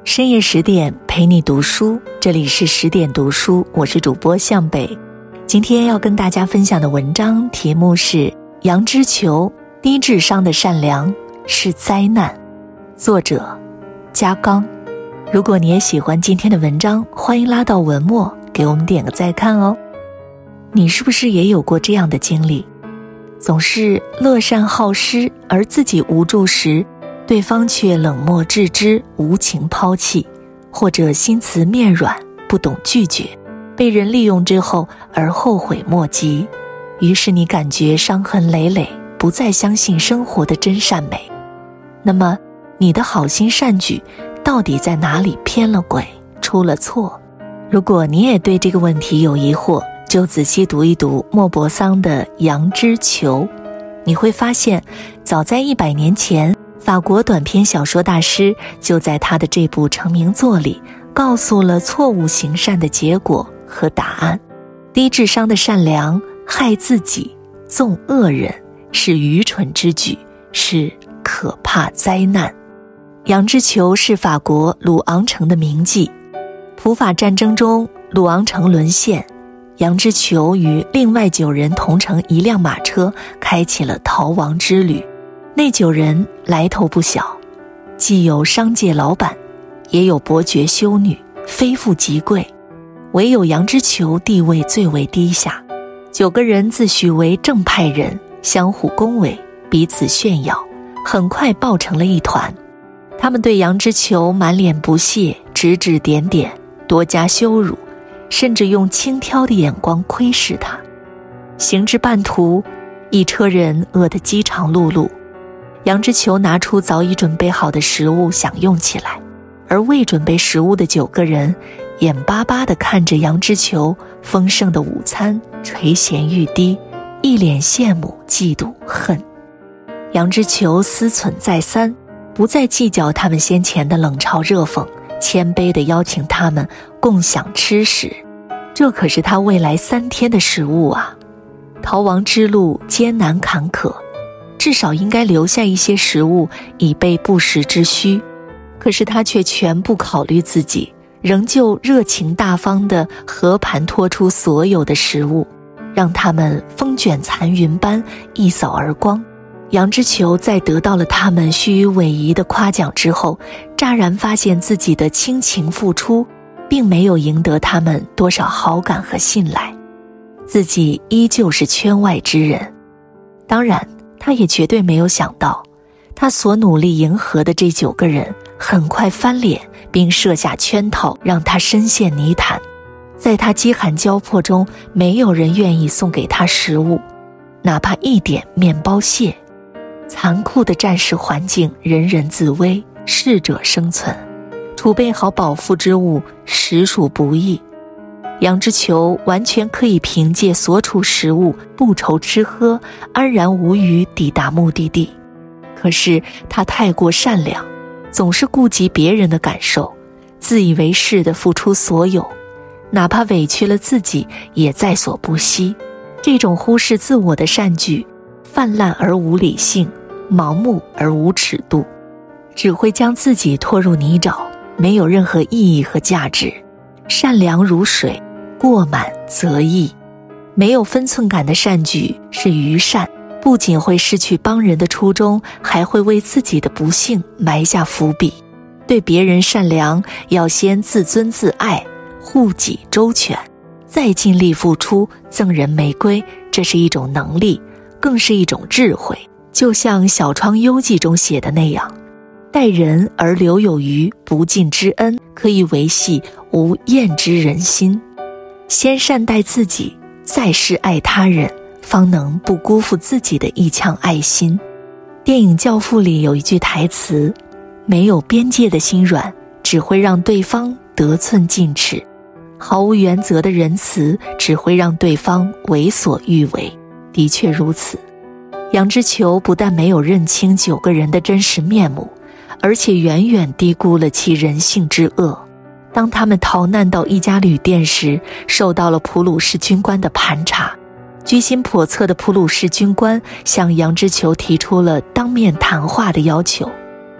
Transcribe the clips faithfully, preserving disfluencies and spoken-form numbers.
深夜十点陪你读书，这里是十点读书，我是主播向北。今天要跟大家分享的文章题目是杨之裘，低智商的善良是灾难，作者加刚。如果你也喜欢今天的文章，欢迎拉到文末给我们点个再看哦。你是不是也有过这样的经历？总是乐善好施，而自己无助时，对方却冷漠置之，无情抛弃，或者心慈面软，不懂拒绝，被人利用之后而后悔莫及，于是你感觉伤痕累累，不再相信生活的真善美。那么你的好心善举到底在哪里偏了轨，出了错？如果你也对这个问题有疑惑，就仔细读一读莫泊桑的《杨之裘》，你会发现早在一百年前，法国短篇小说大师就在他的这部成名作里告诉了错误行善的结果和答案。低智商的善良害自己，纵恶人，是愚蠢之举，是可怕灾难。杨之裘是法国鲁昂城的名妓，普法战争中鲁昂城沦陷，杨之裘与另外九人同乘一辆马车，开启了逃亡之旅。那九人来头不小，既有商界老板，也有伯爵修女，非富即贵，唯有杨之裘地位最为低下。九个人自诩为正派人，相互恭维，彼此炫耀，很快抱成了一团。他们对杨之裘满脸不屑，指指点点，多加羞辱，甚至用轻佻的眼光窥视他。行至半途，一车人饿得饥肠辘辘，杨之裘拿出早已准备好的食物享用起来，而未准备食物的九个人眼巴巴地看着杨之裘丰盛的午餐，垂涎欲滴，一脸羡慕嫉妒恨。杨之裘思忖再三，不再计较他们先前的冷嘲热讽，谦卑地邀请他们共享吃食，这可是他未来三天的食物啊！逃亡之路艰难坎坷，至少应该留下一些食物以备不时之需，可是他却全不考虑自己，仍旧热情大方地和盘托出所有的食物，让他们风卷残云般一扫而光。杨之裘在得到了他们虚与委蛇的夸奖之后，乍然发现自己的倾情付出并没有赢得他们多少好感和信赖，自己依旧是圈外之人。当然他也绝对没有想到，他所努力迎合的这九个人很快翻脸，并设下圈套，让他深陷泥潭。在他饥寒交迫中，没有人愿意送给他食物，哪怕一点面包屑。残酷的战时环境，人人自危，适者生存，储备好饱腹之物实属不易。杨之裘完全可以凭借所处食物不愁吃喝，安然无虞抵达目的地。可是他太过善良，总是顾及别人的感受，自以为是地付出所有，哪怕委屈了自己也在所不惜。这种忽视自我的善举，泛滥而无理性，盲目而无尺度，只会将自己拖入泥沼，没有任何意义和价值。善良如水，过满则溢。没有分寸感的善举是愚善，不仅会失去帮人的初衷，还会为自己的不幸埋下伏笔。对别人善良，要先自尊自爱，护己周全，再尽力付出，赠人玫瑰，这是一种能力，更是一种智慧。就像《小窗幽记》中写的那样，待人而留有余，不尽之恩，可以维系无厌之人心。先善待自己，再是爱他人，方能不辜负自己的一腔爱心。电影《教父》里有一句台词，没有边界的心软，只会让对方得寸进尺，毫无原则的仁慈，只会让对方为所欲为。的确如此，杨之裘不但没有认清九个人的真实面目，而且远远低估了其人性之恶。当他们逃难到一家旅店时，受到了普鲁士军官的盘查。居心叵测的普鲁士军官向杨之裘提出了当面谈话的要求。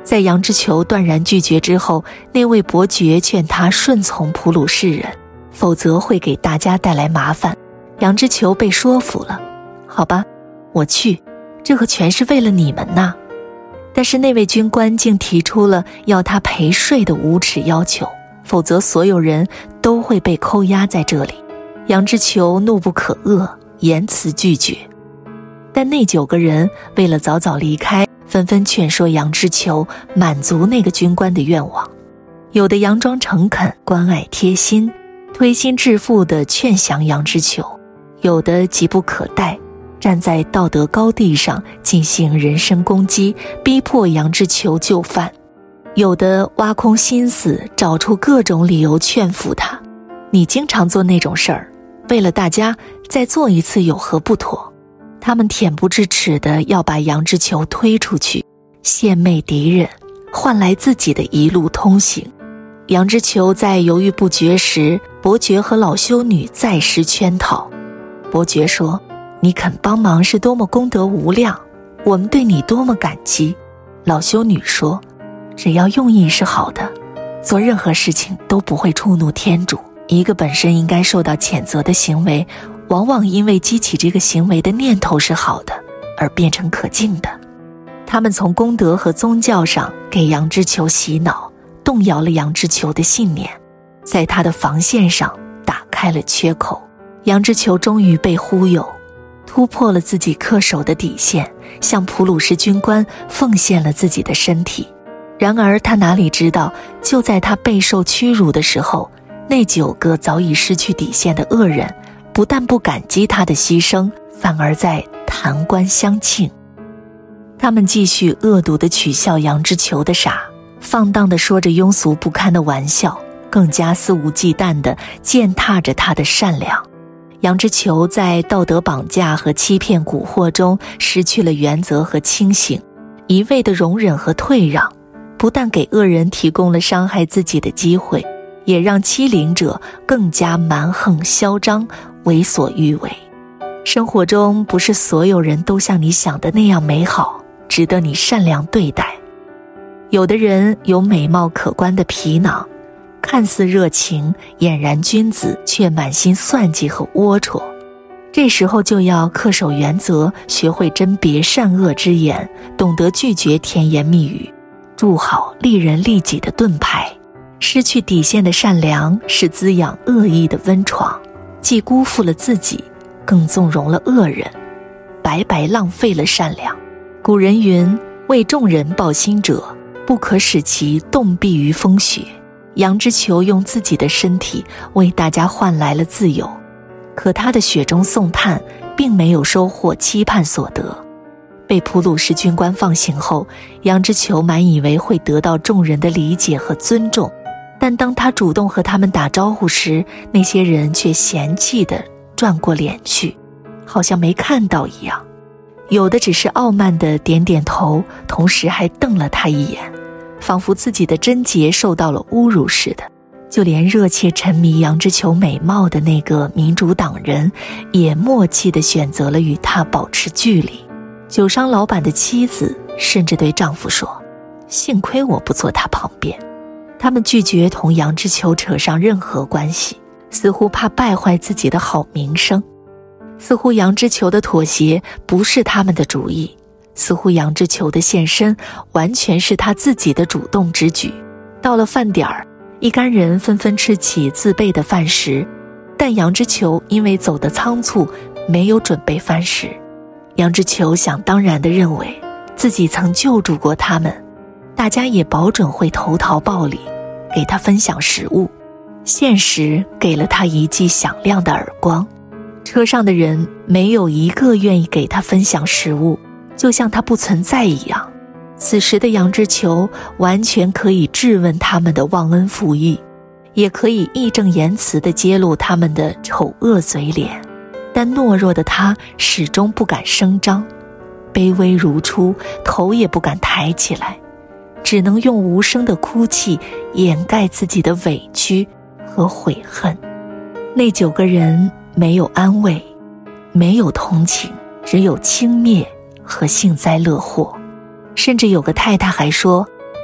在杨之球断然拒绝之后，那位伯爵劝他顺从普鲁士人，否则会给大家带来麻烦。杨之球被说服了，好吧，我去，这可全是为了你们呐。但是那位军官竟提出了要他陪睡的无耻要求，否则所有人都会被扣押在这里。杨之球怒不可遏，严词拒绝。但那九个人为了早早离开，纷纷劝说杨之球满足那个军官的愿望。有的佯装诚恳，关爱贴心，推心置腹地劝降杨之球；有的急不可待，站在道德高地上进行人身攻击，逼迫杨之球就范；有的挖空心思，找出各种理由劝服他。你经常做那种事儿，为了大家再做一次有何不妥？他们恬不知耻地要把杨之球推出去，献媚敌人，换来自己的一路通行。杨之球在犹豫不决时，伯爵和老修女再施圈套。伯爵说，你肯帮忙是多么功德无量，我们对你多么感激。老修女说，只要用意是好的，做任何事情都不会触怒天主。一个本身应该受到谴责的行为，往往因为激起这个行为的念头是好的，而变成可敬的。他们从功德和宗教上给杨之球洗脑，动摇了杨之球的信念，在他的防线上打开了缺口。杨之球终于被忽悠，突破了自己恪守的底线，向普鲁士军官奉献了自己的身体。然而他哪里知道，就在他备受屈辱的时候，那九个早已失去底线的恶人不但不感激他的牺牲，反而在弹冠相庆。他们继续恶毒地取笑杨之球的傻，放荡地说着庸俗不堪的玩笑，更加肆无忌惮地践踏着他的善良。杨之球在道德绑架和欺骗蛊惑中失去了原则和清醒，一味的容忍和退让，不但给恶人提供了伤害自己的机会，也让欺凌者更加蛮横嚣张，为所欲为。生活中不是所有人都像你想的那样美好，值得你善良对待。有的人有美貌可观的皮囊，看似热情俨然君子，却满心算计和龌龊。这时候就要恪守原则，学会甄别善恶之言，懂得拒绝甜言蜜语，筑好利人利己的盾牌。失去底线的善良是滋养恶意的温床，既辜负了自己，更纵容了恶人，白白浪费了善良。古人云，为众人抱薪者，不可使其冻毙于风雪。杨之球用自己的身体为大家换来了自由，可他的雪中送炭并没有收获期盼所得。被普鲁士军官放行后，杨之球满以为会得到众人的理解和尊重，但当他主动和他们打招呼时，那些人却嫌弃地转过脸去，好像没看到一样。有的只是傲慢地点点头，同时还瞪了他一眼，仿佛自己的贞洁受到了侮辱似的。就连热切沉迷杨之球美貌的那个民主党人，也默契地选择了与他保持距离。酒商老板的妻子甚至对丈夫说，幸亏我不坐他旁边。他们拒绝同杨之球扯上任何关系，似乎怕败坏自己的好名声。似乎杨之球的妥协不是他们的主意，似乎杨之球的现身完全是他自己的主动之举。到了饭点儿，一干人纷纷吃起自备的饭食，但杨之球因为走得仓促，没有准备饭食。杨之球想当然地认为自己曾救助过他们，大家也保准会投桃报李，给他分享食物。现实给了他一记响亮的耳光，车上的人没有一个愿意给他分享食物，就像他不存在一样。此时的杨之球完全可以质问他们的忘恩负义，也可以义正言辞地揭露他们的丑恶嘴脸，但懦弱的他始终不敢声张，卑微如初，头也不敢抬起来，只能用无声的哭泣掩盖自己的委屈和悔恨。那九个人没有安慰，没有同情，只有轻蔑和幸灾乐祸。甚至有个太太还说，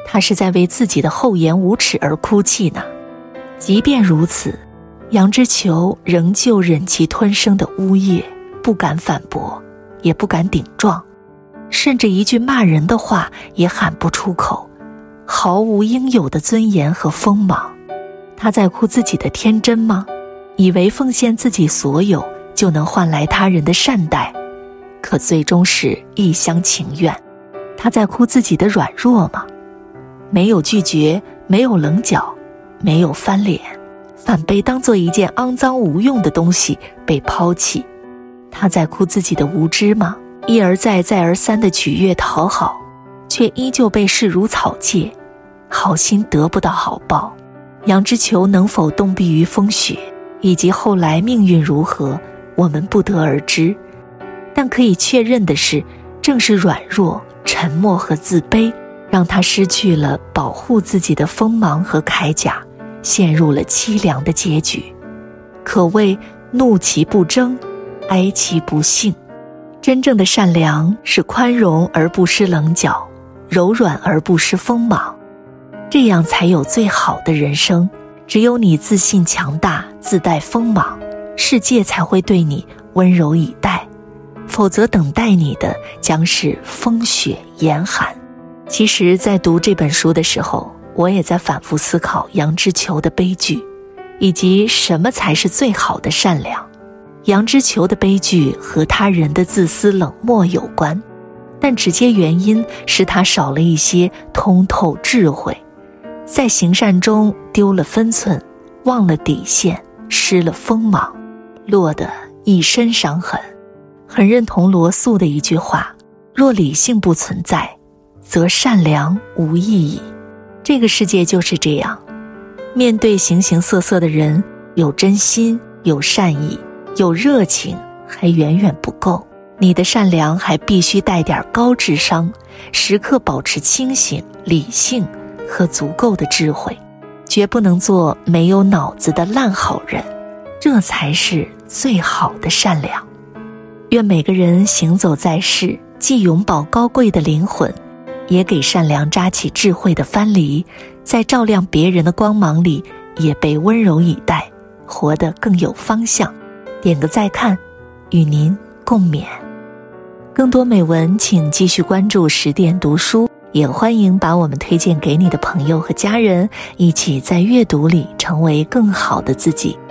他是在为自己的厚颜无耻而哭泣呢。即便如此，杨之球仍旧忍气吞声的呜咽，不敢反驳，也不敢顶撞，甚至一句骂人的话也喊不出口，毫无应有的尊严和锋芒。他在哭自己的天真吗？以为奉献自己所有就能换来他人的善待，可最终是一厢情愿。他在哭自己的软弱吗？没有拒绝，没有棱角，没有翻脸，反被当作一件肮脏无用的东西被抛弃。他在哭自己的无知吗？一而再再而三的取悦讨好，却依旧被视如草芥，好心得不到好报。杨之球能否冻毙于风雪，以及后来命运如何，我们不得而知。但可以确认的是，正是软弱、沉默和自卑，让他失去了保护自己的锋芒和铠甲，陷入了凄凉的结局。可谓怒其不争，哀其不幸。真正的善良是宽容而不失棱角，柔软而不失锋芒，这样才有最好的人生。只有你自信强大，自带锋芒，世界才会对你温柔以待，否则等待你的将是风雪严寒。其实在读这本书的时候，我也在反复思考杨之球的悲剧，以及什么才是最好的善良。杨之球的悲剧和他人的自私冷漠有关，但直接原因是他少了一些通透智慧，在行善中丢了分寸，忘了底线，失了锋芒，落得一身伤痕。很认同罗素的一句话，若理性不存在，则善良无意义。这个世界就是这样，面对形形色色的人，有真心，有善意，有热情，还远远不够。你的善良还必须带点高智商，时刻保持清醒、理性和足够的智慧，绝不能做没有脑子的烂好人，这才是最好的善良。愿每个人行走在世，既永葆高贵的灵魂，也给善良扎起智慧的藩篱，在照亮别人的光芒里也被温柔以待，活得更有方向。点个再看，与您共勉。更多美文请继续关注十点读书，也欢迎把我们推荐给你的朋友和家人，一起在阅读里成为更好的自己。